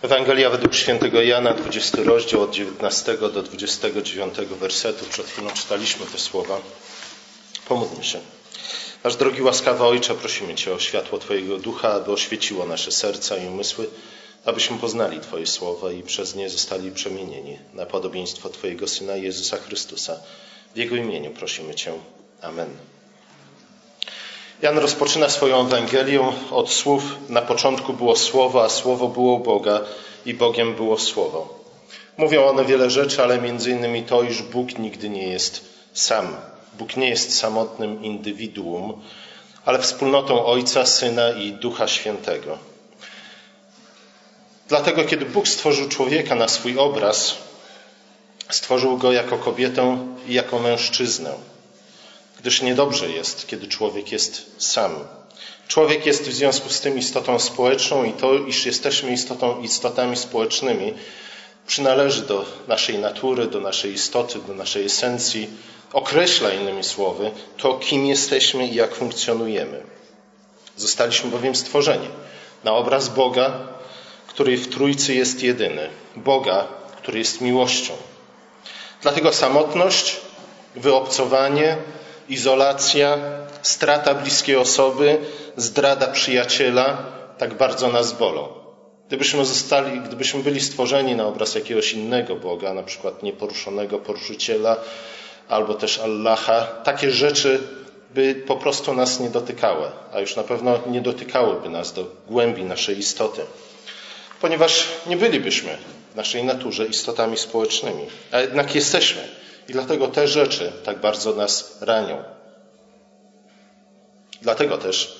Ewangelia według świętego Jana, 20 rozdział od 19 do 29 wersetu. Przed chwilą czytaliśmy te słowa. Pomódlmy się. Nasz drogi łaskawy Ojcze, prosimy Cię o światło Twojego Ducha, aby oświeciło nasze serca i umysły, abyśmy poznali Twoje słowa i przez nie zostali przemienieni na podobieństwo Twojego Syna Jezusa Chrystusa. W Jego imieniu prosimy Cię. Amen. Jan rozpoczyna swoją Ewangelię od słów: na początku było Słowo, a Słowo było Boga i Bogiem było Słowo. Mówią one wiele rzeczy, ale między innymi to, iż Bóg nigdy nie jest sam. Bóg nie jest samotnym indywiduum, ale wspólnotą Ojca, Syna i Ducha Świętego. Dlatego, kiedy Bóg stworzył człowieka na swój obraz, stworzył go jako kobietę i jako mężczyznę. Gdyż niedobrze jest, kiedy człowiek jest sam. Człowiek jest w związku z tym istotą społeczną i to, iż jesteśmy istotami społecznymi, przynależy do naszej natury, do naszej istoty, do naszej esencji, określa innymi słowy to, kim jesteśmy i jak funkcjonujemy. Zostaliśmy bowiem stworzeni na obraz Boga, który w Trójcy jest jedyny. Boga, który jest miłością. Dlatego samotność, wyobcowanie, izolacja, strata bliskiej osoby, zdrada przyjaciela tak bardzo nas bolą. Gdybyśmy byli stworzeni na obraz jakiegoś innego Boga, na przykład nieporuszonego poruszyciela albo też Allaha, takie rzeczy by po prostu nas nie dotykały, a już na pewno nie dotykałyby nas do głębi naszej istoty. Ponieważ nie bylibyśmy w naszej naturze istotami społecznymi, a jednak jesteśmy. I dlatego te rzeczy tak bardzo nas ranią. Dlatego też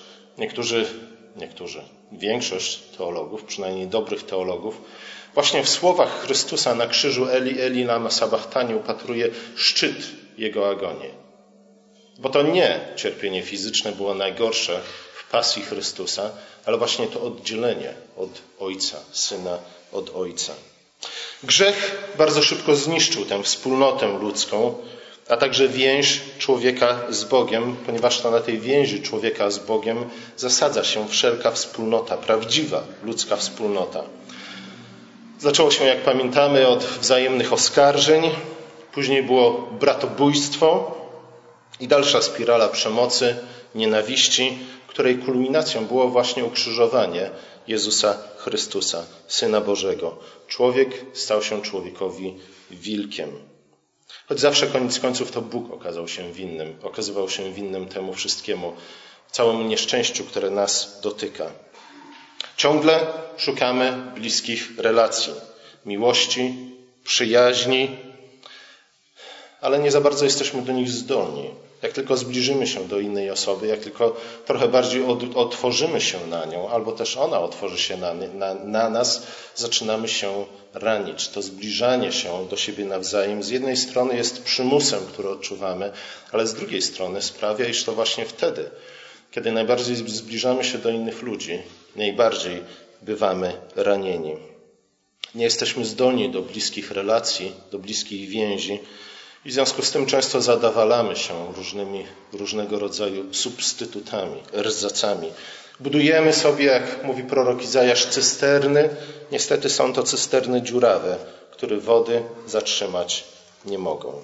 większość teologów, przynajmniej dobrych teologów, właśnie w słowach Chrystusa na krzyżu Eli, Eli, lama sabachthani upatruje szczyt Jego agonii. Bo to nie cierpienie fizyczne było najgorsze w pasji Chrystusa, ale właśnie to oddzielenie od Ojca, Syna od Ojca. Grzech bardzo szybko zniszczył tę wspólnotę ludzką, a także więź człowieka z Bogiem, ponieważ to na tej więzi człowieka z Bogiem zasadza się wszelka wspólnota, prawdziwa ludzka wspólnota. Zaczęło się, jak pamiętamy, od wzajemnych oskarżeń, później było bratobójstwo i dalsza spirala przemocy, nienawiści, której kulminacją było właśnie ukrzyżowanie Jezusa Chrystusa, Syna Bożego. Człowiek stał się człowiekowi wilkiem. Choć zawsze koniec końców to Bóg okazywał się winnym temu wszystkiemu, całemu nieszczęściu, które nas dotyka. Ciągle szukamy bliskich relacji, miłości, przyjaźni, ale nie za bardzo jesteśmy do nich zdolni. Jak tylko zbliżymy się do innej osoby, jak tylko trochę bardziej otworzymy się na nią, albo też ona otworzy się na nas, zaczynamy się ranić. To zbliżanie się do siebie nawzajem z jednej strony jest przymusem, który odczuwamy, ale z drugiej strony sprawia, iż to właśnie wtedy, kiedy najbardziej zbliżamy się do innych ludzi, najbardziej bywamy ranieni. Nie jesteśmy zdolni do bliskich relacji, do bliskich więzi, i w związku z tym często zadawalamy się różnego rodzaju substytutami, rzacami. Budujemy sobie, jak mówi prorok Izajasz, cysterny. Niestety są to cysterny dziurawe, które wody zatrzymać nie mogą.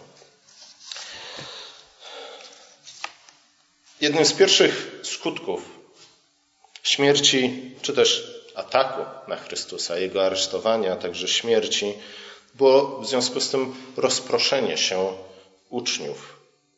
Jednym z pierwszych skutków śmierci, czy też ataku na Chrystusa, Jego aresztowania, a także śmierci, było w związku z tym rozproszenie się uczniów.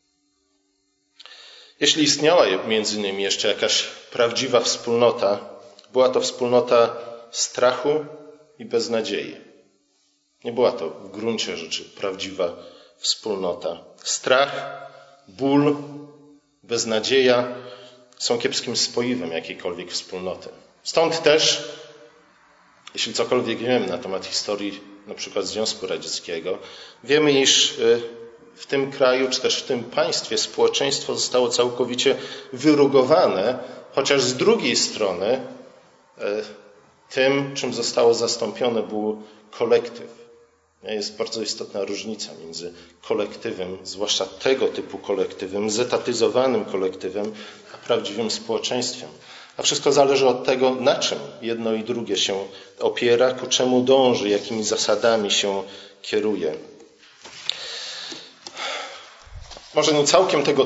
Jeśli istniała między nimi jeszcze jakaś prawdziwa wspólnota, była to wspólnota strachu i beznadziei. Nie była to w gruncie rzeczy prawdziwa wspólnota. Strach, ból, beznadzieja są kiepskim spoiwem jakiejkolwiek wspólnoty. Stąd też, jeśli cokolwiek wiemy na temat historii na przykład Związku Radzieckiego, wiemy, iż w tym kraju, czy też w tym państwie społeczeństwo zostało całkowicie wyrugowane, chociaż z drugiej strony tym, czym zostało zastąpione, był kolektyw. Jest bardzo istotna różnica między kolektywem, zwłaszcza tego typu kolektywem, zetatyzowanym kolektywem, a prawdziwym społeczeństwem. A wszystko zależy od tego, na czym jedno i drugie się opiera, ku czemu dąży, jakimi zasadami się kieruje. Może nie całkiem tego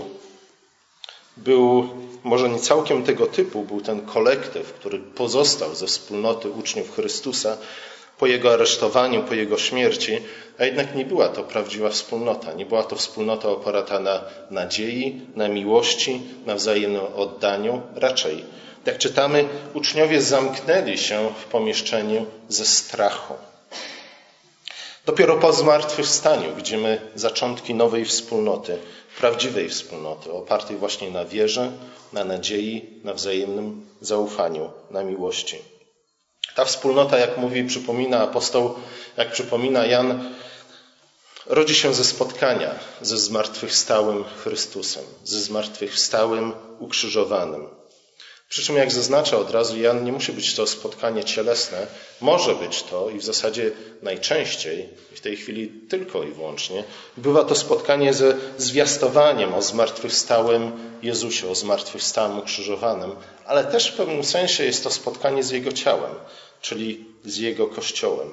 typu był ten kolektyw, który pozostał ze wspólnoty uczniów Chrystusa po Jego aresztowaniu, po Jego śmierci, a jednak nie była to prawdziwa wspólnota. Nie była to wspólnota oparta na nadziei, na miłości, na wzajemnym oddaniu. Raczej, jak czytamy, uczniowie zamknęli się w pomieszczeniu ze strachu. Dopiero po zmartwychwstaniu widzimy zaczątki nowej wspólnoty, prawdziwej wspólnoty, opartej właśnie na wierze, na nadziei, na wzajemnym zaufaniu, na miłości. Ta wspólnota, jak przypomina apostoł, jak przypomina Jan, rodzi się ze spotkania ze zmartwychwstałym Chrystusem, ze zmartwychwstałym ukrzyżowanym. Przy czym, jak zaznacza od razu Jan, nie musi być to spotkanie cielesne. Może być to i w zasadzie najczęściej, w tej chwili tylko i wyłącznie, bywa to spotkanie ze zwiastowaniem o zmartwychwstałym Jezusie, o zmartwychwstałym ukrzyżowanym, ale też w pewnym sensie jest to spotkanie z Jego ciałem, czyli z Jego Kościołem.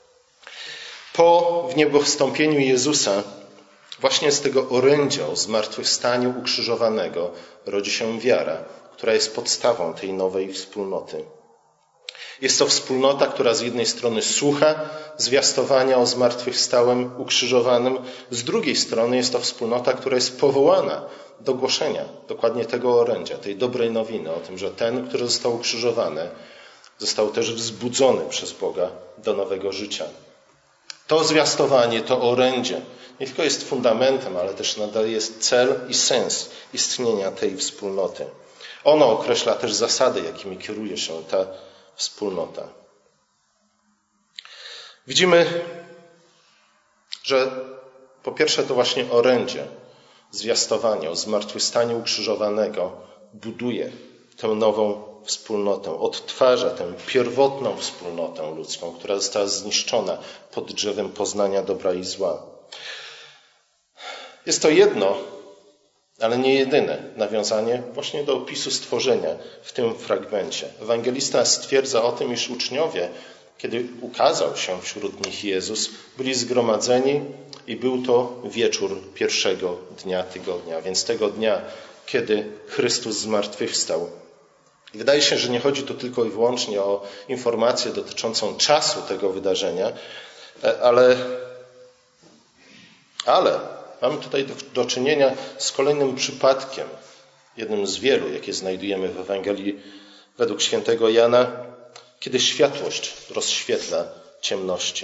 Po wniebowstąpieniu Jezusa, właśnie z tego orędzia o zmartwychwstaniu ukrzyżowanego rodzi się wiara, która jest podstawą tej nowej wspólnoty. Jest to wspólnota, która z jednej strony słucha zwiastowania o zmartwychwstałym ukrzyżowanym, z drugiej strony jest to wspólnota, która jest powołana do głoszenia dokładnie tego orędzia, tej dobrej nowiny o tym, że ten, który został ukrzyżowany, został też wzbudzony przez Boga do nowego życia. To zwiastowanie, to orędzie nie tylko jest fundamentem, ale też nadaje cel i sens istnienia tej wspólnoty. Ono określa też zasady, jakimi kieruje się ta wspólnota. Widzimy, że po pierwsze to właśnie orędzie, zwiastowanie o zmartwychwstaniu ukrzyżowanego buduje tę nową wspólnotę, odtwarza tę pierwotną wspólnotę ludzką, która została zniszczona pod drzewem poznania dobra i zła. Jest to jedno, ale nie jedyne nawiązanie właśnie do opisu stworzenia w tym fragmencie. Ewangelista stwierdza o tym, iż uczniowie, kiedy ukazał się wśród nich Jezus, byli zgromadzeni i był to wieczór pierwszego dnia tygodnia, więc tego dnia, kiedy Chrystus zmartwychwstał. Wydaje się, że nie chodzi tu tylko i wyłącznie o informację dotyczącą czasu tego wydarzenia, ale mamy tutaj do czynienia z kolejnym przypadkiem, jednym z wielu, jakie znajdujemy w Ewangelii według świętego Jana, kiedy światłość rozświetla ciemności.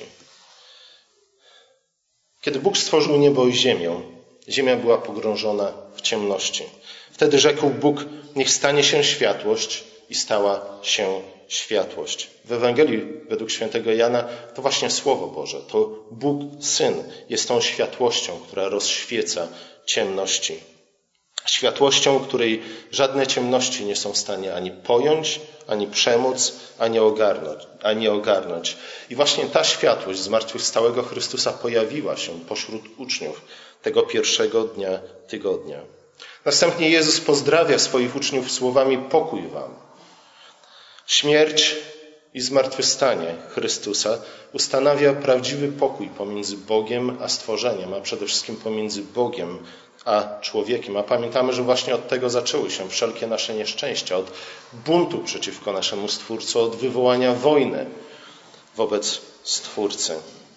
Kiedy Bóg stworzył niebo i ziemię, ziemia była pogrążona w ciemności. Wtedy rzekł Bóg, niech stanie się światłość i stała się światłość. W Ewangelii według świętego Jana to właśnie Słowo Boże, to Bóg Syn jest tą światłością, która rozświeca ciemności. Światłością, której żadne ciemności nie są w stanie ani pojąć, ani przemóc, ani ogarnąć. I właśnie ta światłość zmartwychwstałego Chrystusa pojawiła się pośród uczniów tego pierwszego dnia tygodnia. Następnie Jezus pozdrawia swoich uczniów słowami: pokój wam. Śmierć i zmartwychwstanie Chrystusa ustanawia prawdziwy pokój pomiędzy Bogiem a stworzeniem, a przede wszystkim pomiędzy Bogiem a człowiekiem. A pamiętamy, że właśnie od tego zaczęły się wszelkie nasze nieszczęścia, od buntu przeciwko naszemu Stwórcy, od wywołania wojny wobec Stwórcy.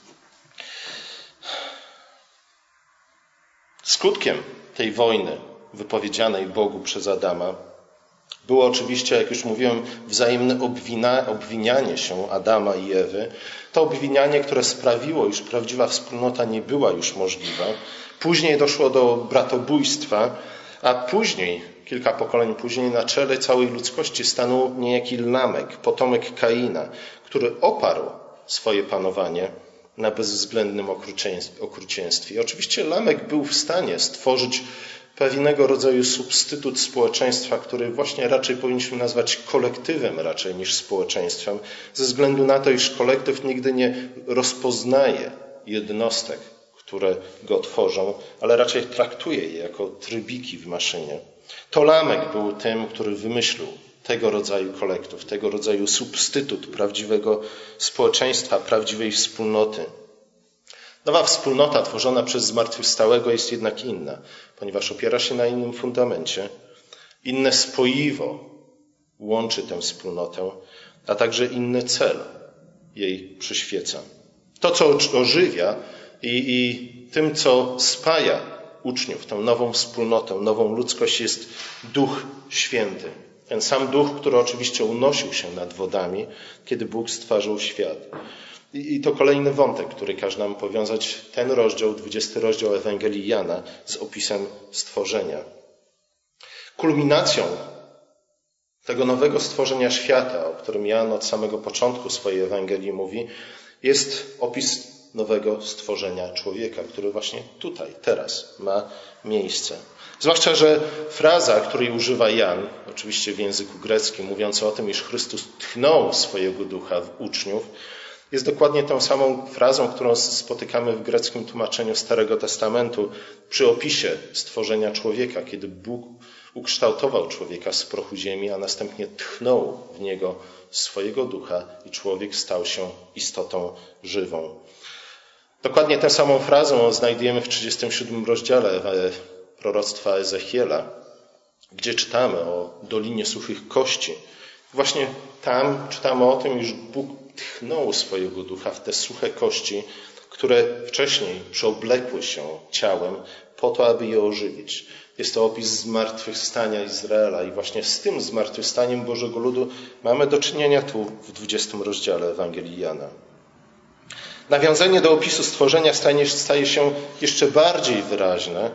Skutkiem tej wojny wypowiedzianej Bogu przez Adama było oczywiście, jak już mówiłem, wzajemne obwinianie się Adama i Ewy. To obwinianie, które sprawiło, iż prawdziwa wspólnota nie była już możliwa. Później doszło do bratobójstwa, a później, kilka pokoleń później, na czele całej ludzkości stanął niejaki Lamek, potomek Kaina, który oparł swoje panowanie na bezwzględnym okrucieństwie. I oczywiście Lamek był w stanie stworzyć pewnego rodzaju substytut społeczeństwa, który właśnie raczej powinniśmy nazwać kolektywem raczej niż społeczeństwem, ze względu na to, iż kolektyw nigdy nie rozpoznaje jednostek, które go tworzą, ale raczej traktuje je jako trybiki w maszynie. To Lamek był tym, który wymyślił tego rodzaju kolektów, tego rodzaju substytut prawdziwego społeczeństwa, prawdziwej wspólnoty. Nowa wspólnota tworzona przez zmartwychwstałego jest jednak inna, ponieważ opiera się na innym fundamencie. Inne spoiwo łączy tę wspólnotę, a także inny cel jej przyświeca. To, co ożywia i tym, co spaja uczniów, tę nową wspólnotę, nową ludzkość, jest Duch Święty. Ten sam Duch, który oczywiście unosił się nad wodami, kiedy Bóg stwarzał świat. I to kolejny wątek, który każe nam powiązać ten rozdział, 20 rozdział Ewangelii Jana z opisem stworzenia. Kulminacją tego nowego stworzenia świata, o którym Jan od samego początku swojej Ewangelii mówi, jest opis nowego stworzenia człowieka, który właśnie tutaj, teraz ma miejsce. Zwłaszcza, że fraza, której używa Jan, oczywiście w języku greckim, mówiąca o tym, iż Chrystus tchnął swojego ducha w uczniów, jest dokładnie tą samą frazą, którą spotykamy w greckim tłumaczeniu Starego Testamentu przy opisie stworzenia człowieka, kiedy Bóg ukształtował człowieka z prochu ziemi, a następnie tchnął w niego swojego ducha i człowiek stał się istotą żywą. Dokładnie tę samą frazę znajdujemy w 37 rozdziale proroctwa Ezechiela, gdzie czytamy o Dolinie Suchych Kości. Właśnie tam czytamy o tym, iż Bóg tchnął swojego ducha w te suche kości, które wcześniej przeoblekły się ciałem po to, aby je ożywić. Jest to opis zmartwychwstania Izraela i właśnie z tym zmartwychwstaniem Bożego ludu mamy do czynienia tu w 20 rozdziale Ewangelii Jana. Nawiązanie do opisu stworzenia staje się jeszcze bardziej wyraźne,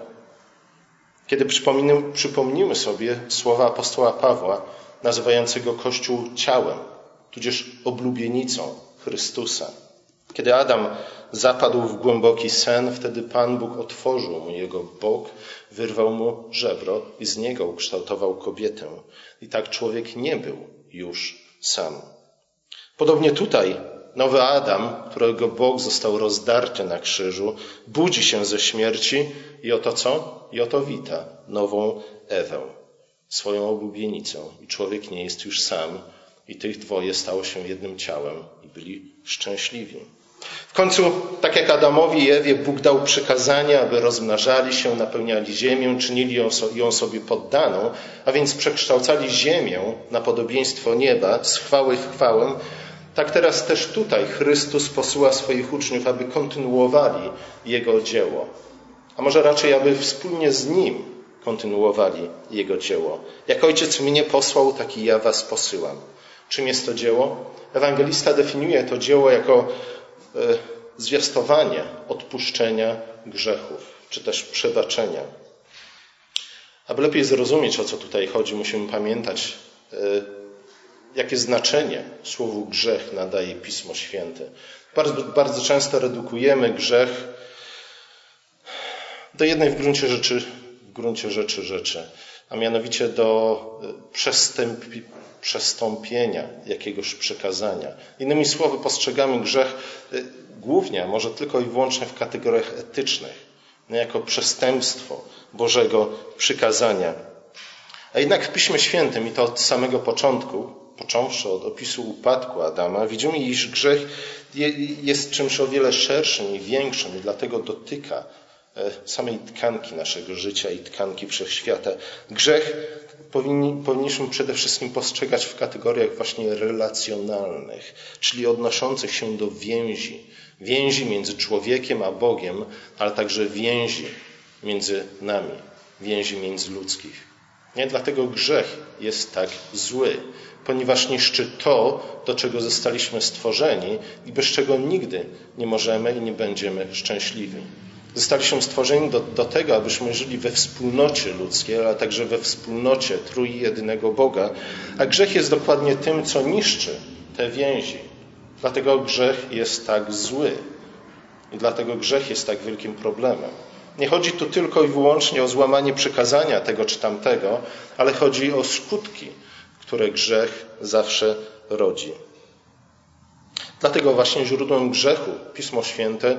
kiedy przypomnimy sobie słowa apostoła Pawła, nazywającego Kościół ciałem, tudzież oblubienicą Chrystusa. Kiedy Adam zapadł w głęboki sen, wtedy Pan Bóg otworzył mu jego bok, wyrwał mu żebro i z niego ukształtował kobietę. I tak człowiek nie był już sam. Podobnie tutaj nowy Adam, którego Bóg został rozdarty na krzyżu, budzi się ze śmierci i oto co? I oto wita nową Ewę, swoją oblubienicę. I człowiek nie jest już sam i tych dwoje stało się jednym ciałem i byli szczęśliwi. W końcu, tak jak Adamowi i Ewie, Bóg dał przykazanie, aby rozmnażali się, napełniali ziemię, czynili ją sobie poddaną, a więc przekształcali ziemię na podobieństwo nieba z chwały w chwałę. Tak teraz też tutaj Chrystus posyła swoich uczniów, aby kontynuowali Jego dzieło. A może raczej, aby wspólnie z Nim kontynuowali Jego dzieło. Jak Ojciec mnie posłał, tak i ja was posyłam. Czym jest to dzieło? Ewangelista definiuje to dzieło jako zwiastowanie odpuszczenia grzechów, czy też przebaczenia. Aby lepiej zrozumieć, o co tutaj chodzi, musimy pamiętać, jakie znaczenie słowu grzech nadaje Pismo Święte. Bardzo często redukujemy grzech do jednej w gruncie rzeczy, a mianowicie do przestąpienia jakiegoś przykazania. Innymi słowy, postrzegamy grzech głównie, a może tylko i wyłącznie w kategoriach etycznych, jako przestępstwo Bożego przykazania. A jednak w Piśmie Świętym, i to od samego początku, począwszy od opisu upadku Adama, widzimy, iż grzech jest czymś o wiele szerszym i większym i dlatego dotyka samej tkanki naszego życia i tkanki wszechświata. Grzech powinniśmy przede wszystkim postrzegać w kategoriach właśnie relacjonalnych, czyli odnoszących się do więzi. Więzi między człowiekiem a Bogiem, ale także więzi między nami, więzi międzyludzkich. Nie dlatego grzech jest tak zły, ponieważ niszczy to, do czego zostaliśmy stworzeni i bez czego nigdy nie możemy i nie będziemy szczęśliwi. Zostaliśmy stworzeni do tego, abyśmy żyli we wspólnocie ludzkiej, ale także we wspólnocie trójjedynego Boga, a grzech jest dokładnie tym, co niszczy te więzi. Dlatego grzech jest tak zły i dlatego grzech jest tak wielkim problemem. Nie chodzi tu tylko i wyłącznie o złamanie przykazania tego czy tamtego, ale chodzi o skutki, które grzech zawsze rodzi. Dlatego właśnie źródłem grzechu Pismo Święte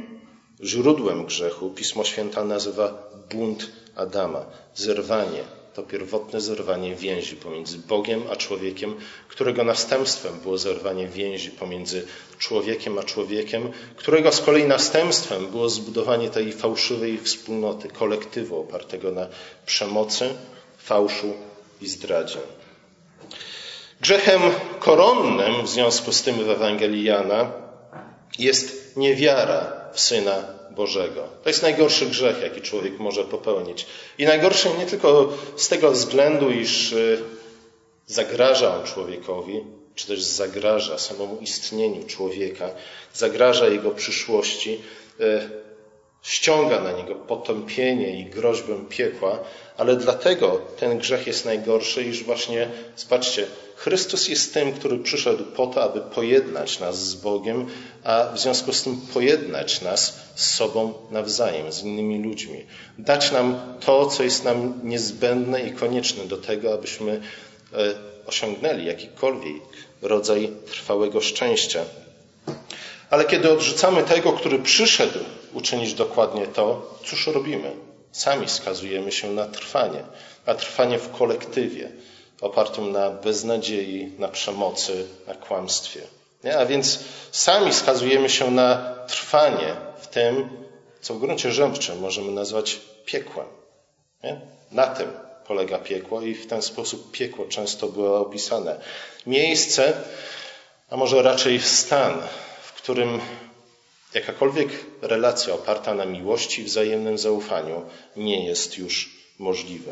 źródłem grzechu Pismo Święte nazywa bunt Adama, zerwanie to pierwotne zerwanie więzi pomiędzy Bogiem a człowiekiem, którego następstwem było zerwanie więzi pomiędzy człowiekiem a człowiekiem, którego z kolei następstwem było zbudowanie tej fałszywej wspólnoty, kolektywu opartego na przemocy, fałszu i zdradzie. Grzechem koronnym w związku z tym w Ewangelii Jana jest niewiara w Syna Bożego. To jest najgorszy grzech, jaki człowiek może popełnić. I najgorszy nie tylko z tego względu, iż zagraża on człowiekowi, czy też zagraża samemu istnieniu człowieka, zagraża jego przyszłości, ściąga na niego potępienie i groźbę piekła, ale dlatego ten grzech jest najgorszy, iż właśnie, zobaczcie, Chrystus jest tym, który przyszedł po to, aby pojednać nas z Bogiem, a w związku z tym pojednać nas z sobą nawzajem, z innymi ludźmi. Dać nam to, co jest nam niezbędne i konieczne do tego, abyśmy osiągnęli jakikolwiek rodzaj trwałego szczęścia. Ale kiedy odrzucamy tego, który przyszedł uczynić dokładnie to, cóż robimy? Sami skazujemy się na trwanie w kolektywie, opartym na beznadziei, na przemocy, na kłamstwie. Nie? A więc sami skazujemy się na trwanie w tym, co w gruncie rzeczym możemy nazwać piekłem. Nie? Na tym polega piekło i w ten sposób piekło często było opisane. Miejsce, a może raczej stan, w którym jakakolwiek relacja oparta na miłości i wzajemnym zaufaniu nie jest już możliwa.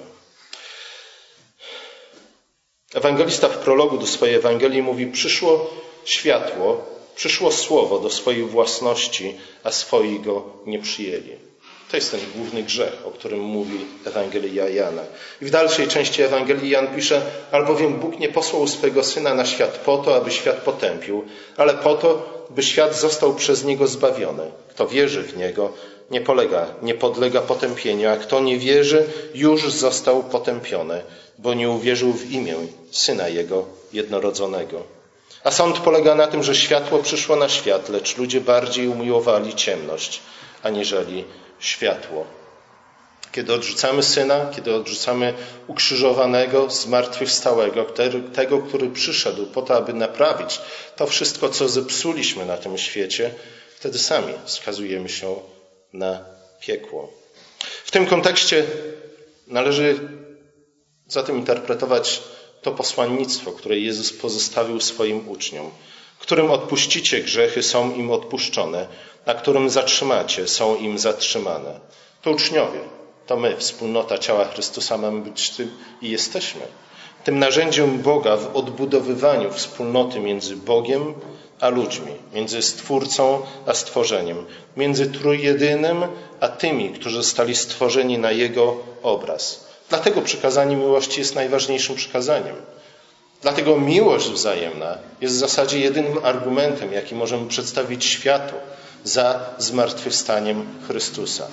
Ewangelista w prologu do swojej Ewangelii mówi: przyszło światło, przyszło słowo do swojej własności, a swoi go nie przyjęli. To jest ten główny grzech, o którym mówi Ewangelia Jana. I w dalszej części Ewangelii Jan pisze: albowiem Bóg nie posłał swego Syna na świat po to, aby świat potępił, ale po to, by świat został przez Niego zbawiony. Kto wierzy w Niego, nie podlega potępieniu, a kto nie wierzy, już został potępiony, bo nie uwierzył w imię Syna Jego jednorodzonego. A sąd polega na tym, że światło przyszło na świat, lecz ludzie bardziej umiłowali ciemność, aniżeli światło. Kiedy odrzucamy Syna, kiedy odrzucamy ukrzyżowanego, zmartwychwstałego, tego, który przyszedł po to, aby naprawić to wszystko, co zepsuliśmy na tym świecie, wtedy sami skazujemy się na piekło. W tym kontekście należy zatem interpretować to posłannictwo, które Jezus pozostawił swoim uczniom. Którym odpuścicie grzechy, są im odpuszczone, a którym zatrzymacie, są im zatrzymane. To uczniowie, to my, wspólnota ciała Chrystusa, mamy być tym i jesteśmy tym narzędziem Boga w odbudowywaniu wspólnoty między Bogiem a ludźmi, między Stwórcą a stworzeniem, między Trójjedynym a tymi, którzy zostali stworzeni na Jego obraz. Dlatego przykazanie miłości jest najważniejszym przykazaniem. Dlatego miłość wzajemna jest w zasadzie jedynym argumentem, jaki możemy przedstawić światu za zmartwychwstaniem Chrystusa.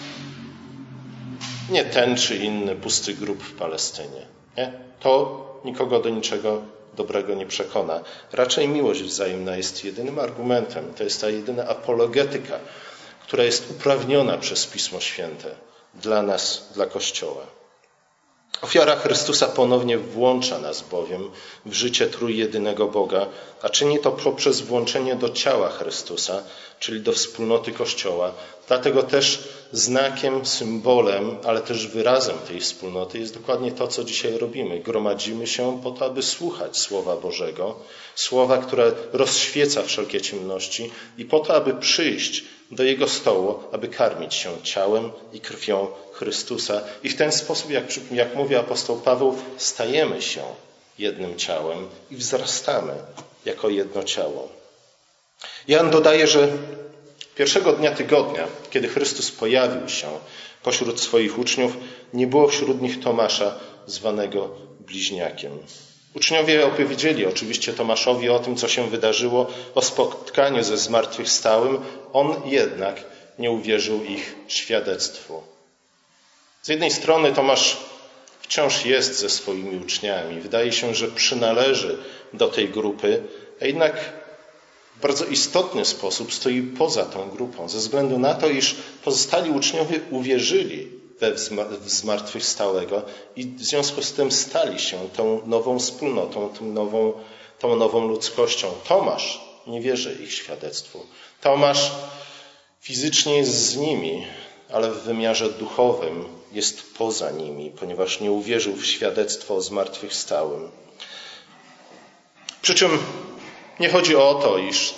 Nie ten czy inny pusty grób w Palestynie. Nie? To nikogo do niczego dobrego nie przekona. Raczej miłość wzajemna jest jedynym argumentem. To jest ta jedyna apologetyka, która jest uprawniona przez Pismo Święte dla nas, dla Kościoła. Ofiara Chrystusa ponownie włącza nas bowiem w życie trójjedynego Boga, a czyni to poprzez włączenie do ciała Chrystusa, czyli do wspólnoty Kościoła. Dlatego też znakiem, symbolem, ale też wyrazem tej wspólnoty jest dokładnie to, co dzisiaj robimy. Gromadzimy się po to, aby słuchać Słowa Bożego, Słowa, które rozświeca wszelkie ciemności i po to, aby przyjść do Jego stołu, aby karmić się ciałem i krwią Chrystusa. I w ten sposób, jak mówi apostoł Paweł, stajemy się jednym ciałem i wzrastamy jako jedno ciało. Jan dodaje, że pierwszego dnia tygodnia, kiedy Chrystus pojawił się pośród swoich uczniów, nie było wśród nich Tomasza, zwanego bliźniakiem. Uczniowie opowiedzieli oczywiście Tomaszowi o tym, co się wydarzyło, o spotkaniu ze zmartwychwstałym. On jednak nie uwierzył ich świadectwu. Z jednej strony Tomasz wciąż jest ze swoimi uczniami. Wydaje się, że przynależy do tej grupy, a jednak w bardzo istotny sposób stoi poza tą grupą, ze względu na to, iż pozostali uczniowie uwierzyli w zmartwychwstałego i w związku z tym stali się tą nową wspólnotą, tą nową ludzkością. Tomasz nie wierzy ich świadectwu. Tomasz fizycznie jest z nimi, ale w wymiarze duchowym jest poza nimi, ponieważ nie uwierzył w świadectwo o zmartwychwstałym. Przy czym nie chodzi o to, iż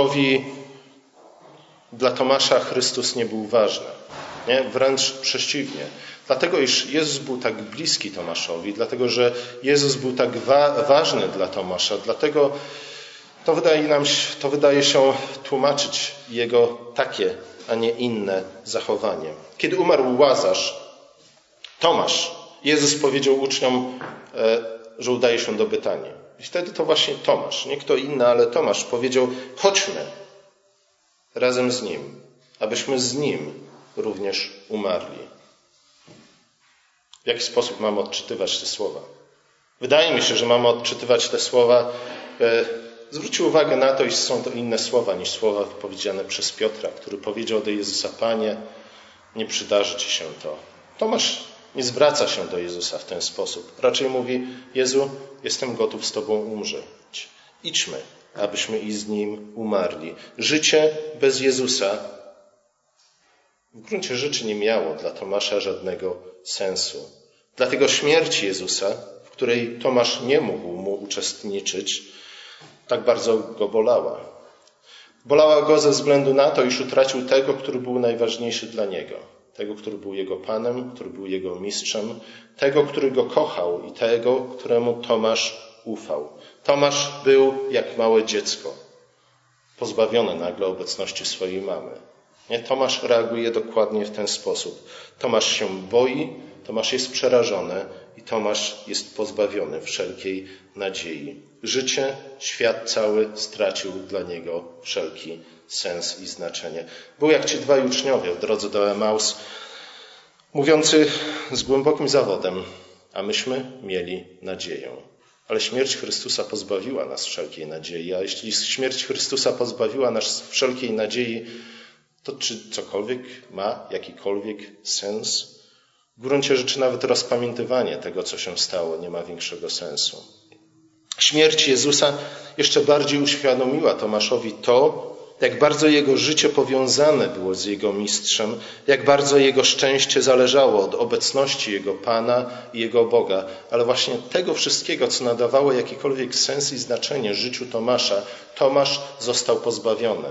dla Tomasza Chrystus nie był ważny. Nie? Wręcz przeciwnie. Dlatego, iż Jezus był tak bliski Tomaszowi, dlatego, że Jezus był tak ważny dla Tomasza, dlatego to wydaje się tłumaczyć jego takie, a nie inne zachowanie. Kiedy umarł Łazarz, Jezus powiedział uczniom, że udaje się do Betanii. I wtedy to właśnie Tomasz, nie kto inny, ale Tomasz powiedział, chodźmy razem z Nim, abyśmy z Nim również umarli. W jaki sposób mamy odczytywać te słowa? Wydaje mi się, że mamy odczytywać te słowa. Zwróćcie uwagę na to, iż są to inne słowa niż słowa wypowiedziane przez Piotra, który powiedział do Jezusa, Panie, nie przydarzy Ci się to. Tomasz nie zwraca się do Jezusa w ten sposób. Raczej mówi, Jezu, jestem gotów z Tobą umrzeć. Idźmy, abyśmy i z Nim umarli. Życie bez Jezusa w gruncie rzeczy nie miało dla Tomasza żadnego sensu. Dlatego śmierć Jezusa, w której Tomasz nie mógł mu uczestniczyć, tak bardzo go bolała. Bolała go ze względu na to, iż utracił tego, który był najważniejszy dla niego. Tego, który był jego Panem, który był jego mistrzem, tego, który go kochał i tego, któremu Tomasz ufał. Tomasz był jak małe dziecko, pozbawione nagle obecności swojej mamy. Nie? Tomasz reaguje dokładnie w ten sposób. Tomasz się boi, Tomasz jest przerażony i Tomasz jest pozbawiony wszelkiej nadziei. Życie, świat cały stracił dla niego wszelki sens i znaczenie. Był jak ci dwaj uczniowie w drodze do Emaus, mówiący z głębokim zawodem, a myśmy mieli nadzieję. Ale śmierć Chrystusa pozbawiła nas wszelkiej nadziei, a jeśli śmierć Chrystusa pozbawiła nas wszelkiej nadziei, to czy cokolwiek ma jakikolwiek sens? W gruncie rzeczy nawet rozpamiętywanie tego, co się stało, nie ma większego sensu. Śmierć Jezusa jeszcze bardziej uświadomiła Tomaszowi to, jak bardzo jego życie powiązane było z jego mistrzem, jak bardzo jego szczęście zależało od obecności jego Pana i jego Boga. Ale właśnie tego wszystkiego, co nadawało jakikolwiek sens i znaczenie życiu Tomasza, Tomasz został pozbawiony.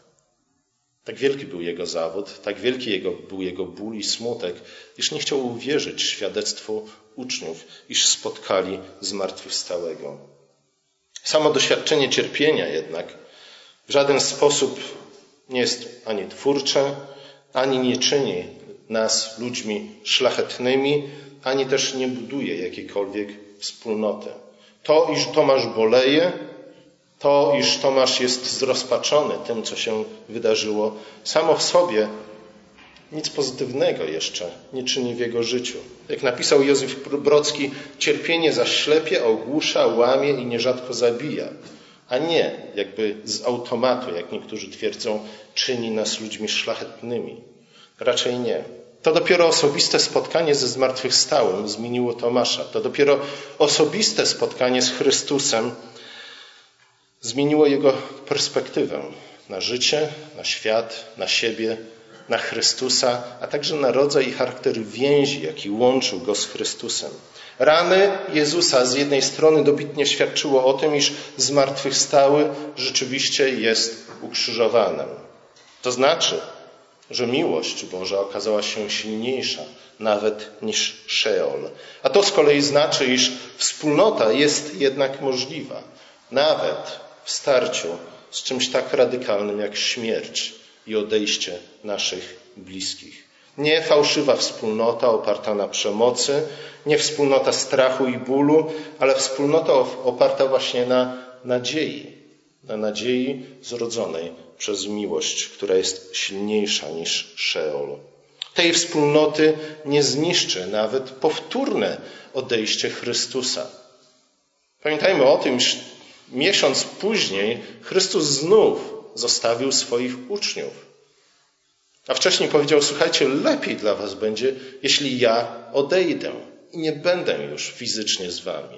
Tak wielki był jego zawód, tak wielki był jego ból i smutek, iż nie chciał uwierzyć świadectwu uczniów, iż spotkali zmartwychwstałego. Samo doświadczenie cierpienia jednak w żaden sposób nie jest ani twórcze, ani nie czyni nas ludźmi szlachetnymi, ani też nie buduje jakiejkolwiek wspólnoty. To, iż Tomasz boleje, to, iż Tomasz jest zrozpaczony tym, co się wydarzyło, samo w sobie nic pozytywnego jeszcze nie czyni w jego życiu. Jak napisał Józef Brodski, cierpienie zaślepia, ogłusza, łamie i nierzadko zabija, a nie jakby z automatu, jak niektórzy twierdzą, czyni nas ludźmi szlachetnymi. Raczej nie. To dopiero osobiste spotkanie ze zmartwychwstałym zmieniło Tomasza. To dopiero osobiste spotkanie z Chrystusem zmieniło jego perspektywę na życie, na świat, na siebie, na Chrystusa, a także na rodzaj i charakter więzi, jaki łączył go z Chrystusem. Rany Jezusa z jednej strony dobitnie świadczyło o tym, iż zmartwychwstały rzeczywiście jest ukrzyżowanym. To znaczy, że miłość Boża okazała się silniejsza nawet niż Szeol. A to z kolei znaczy, iż wspólnota jest jednak możliwa, nawet w starciu z czymś tak radykalnym jak śmierć i odejście naszych bliskich. Nie fałszywa wspólnota oparta na przemocy, nie wspólnota strachu i bólu, ale wspólnota oparta właśnie na nadziei zrodzonej przez miłość, która jest silniejsza niż Szeol. Tej wspólnoty nie zniszczy nawet powtórne odejście Chrystusa. Pamiętajmy o tym, że miesiąc później Chrystus znów zostawił swoich uczniów. A wcześniej powiedział, słuchajcie, lepiej dla was będzie, jeśli ja odejdę i nie będę już fizycznie z wami.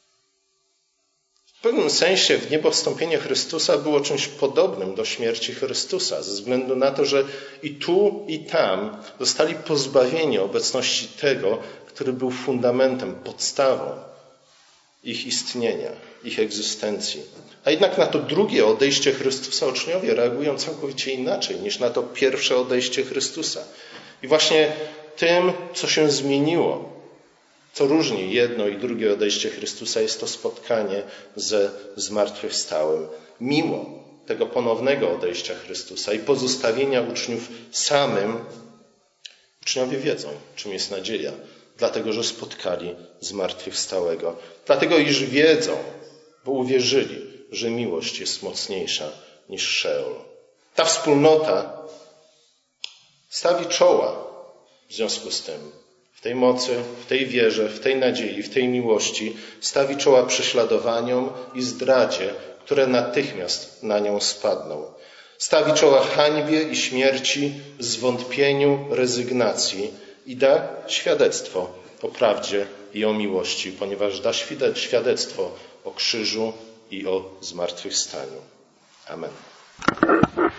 W pewnym sensie w niebo wstąpienie Chrystusa było czymś podobnym do śmierci Chrystusa, ze względu na to, że i tu, i tam zostali pozbawieni obecności tego, który był fundamentem, podstawą ich istnienia, ich egzystencji. A jednak na to drugie odejście Chrystusa uczniowie reagują całkowicie inaczej niż na to pierwsze odejście Chrystusa. I właśnie tym, co się zmieniło, co różni jedno i drugie odejście Chrystusa, jest to spotkanie ze zmartwychwstałym. Mimo tego ponownego odejścia Chrystusa i pozostawienia uczniów samym, uczniowie wiedzą, czym jest nadzieja, dlatego że spotkali zmartwychwstałego. Dlatego iż wiedzą, bo uwierzyli, że miłość jest mocniejsza niż Szeol. Ta wspólnota stawi czoła w związku z tym. W tej mocy, w tej wierze, w tej nadziei, w tej miłości stawi czoła prześladowaniom i zdradzie, które natychmiast na nią spadną. Stawi czoła hańbie i śmierci, zwątpieniu, rezygnacji i da świadectwo o prawdzie i o miłości, ponieważ da świadectwo o krzyżu i o zmartwychwstaniu. Amen.